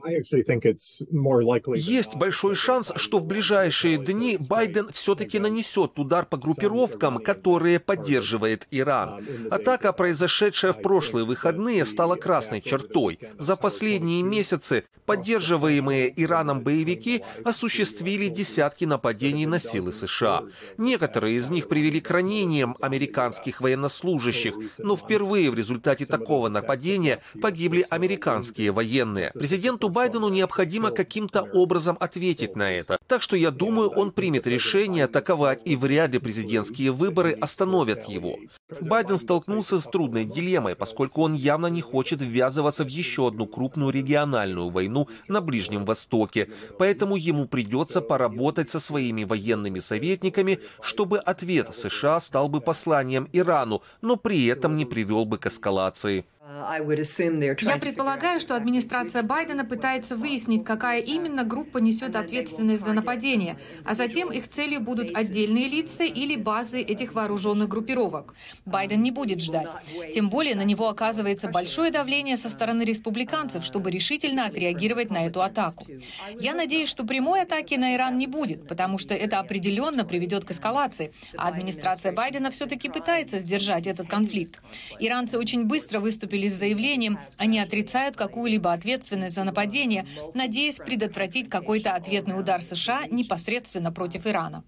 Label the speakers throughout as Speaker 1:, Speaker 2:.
Speaker 1: Есть большой шанс, что в ближайшие дни Байден все-таки нанесет удар по группировкам, которые поддерживает Иран. Атака, произошедшая в прошлые выходные, стала красной чертой. За последние месяцы поддерживаемые Ираном боевики осуществили десятки нападений на силы США. Некоторые из них привели к ранениям американских военнослужащих, но впервые в результате такого нападения погибли американские военные. Президенту Байдену необходимо каким-то образом ответить на это. Так что я думаю, он примет решение атаковать, и вряд ли президентские выборы остановят его. Байден столкнулся с трудной дилеммой, поскольку он явно не хочет ввязываться в еще одну крупную региональную войну на Ближнем Востоке. Поэтому ему придется поработать со своими военными советниками, чтобы ответ США стал бы посланием Ирану, но при этом не привел бы к эскалации.
Speaker 2: Я предполагаю, что администрация Байдена пытается выяснить, какая именно группа несет ответственность за нападение, а затем их целью будут отдельные лица или базы этих вооруженных группировок. Байден не будет ждать. Тем более на него оказывается большое давление со стороны республиканцев, чтобы решительно отреагировать на эту атаку. Я надеюсь, что прямой атаки на Иран не будет, потому что это определенно приведет к эскалации, а администрация Байдена все-таки пытается сдержать этот конфликт. Иранцы очень быстро выступили с заявлением, они отрицают какую-либо ответственность за нападение, надеясь предотвратить какой-то ответный удар США непосредственно против Ирана.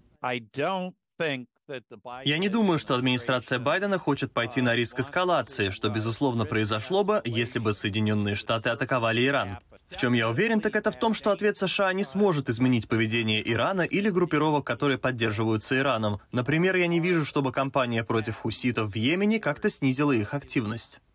Speaker 3: Я не думаю, что администрация Байдена хочет пойти на риск эскалации, что, безусловно, произошло бы, если бы Соединенные Штаты атаковали Иран. В чем я уверен, так это в том, что ответ США не сможет изменить поведение Ирана или группировок, которые поддерживаются Ираном. Например, я не вижу, чтобы кампания против хуситов в Йемене как-то снизила их активность.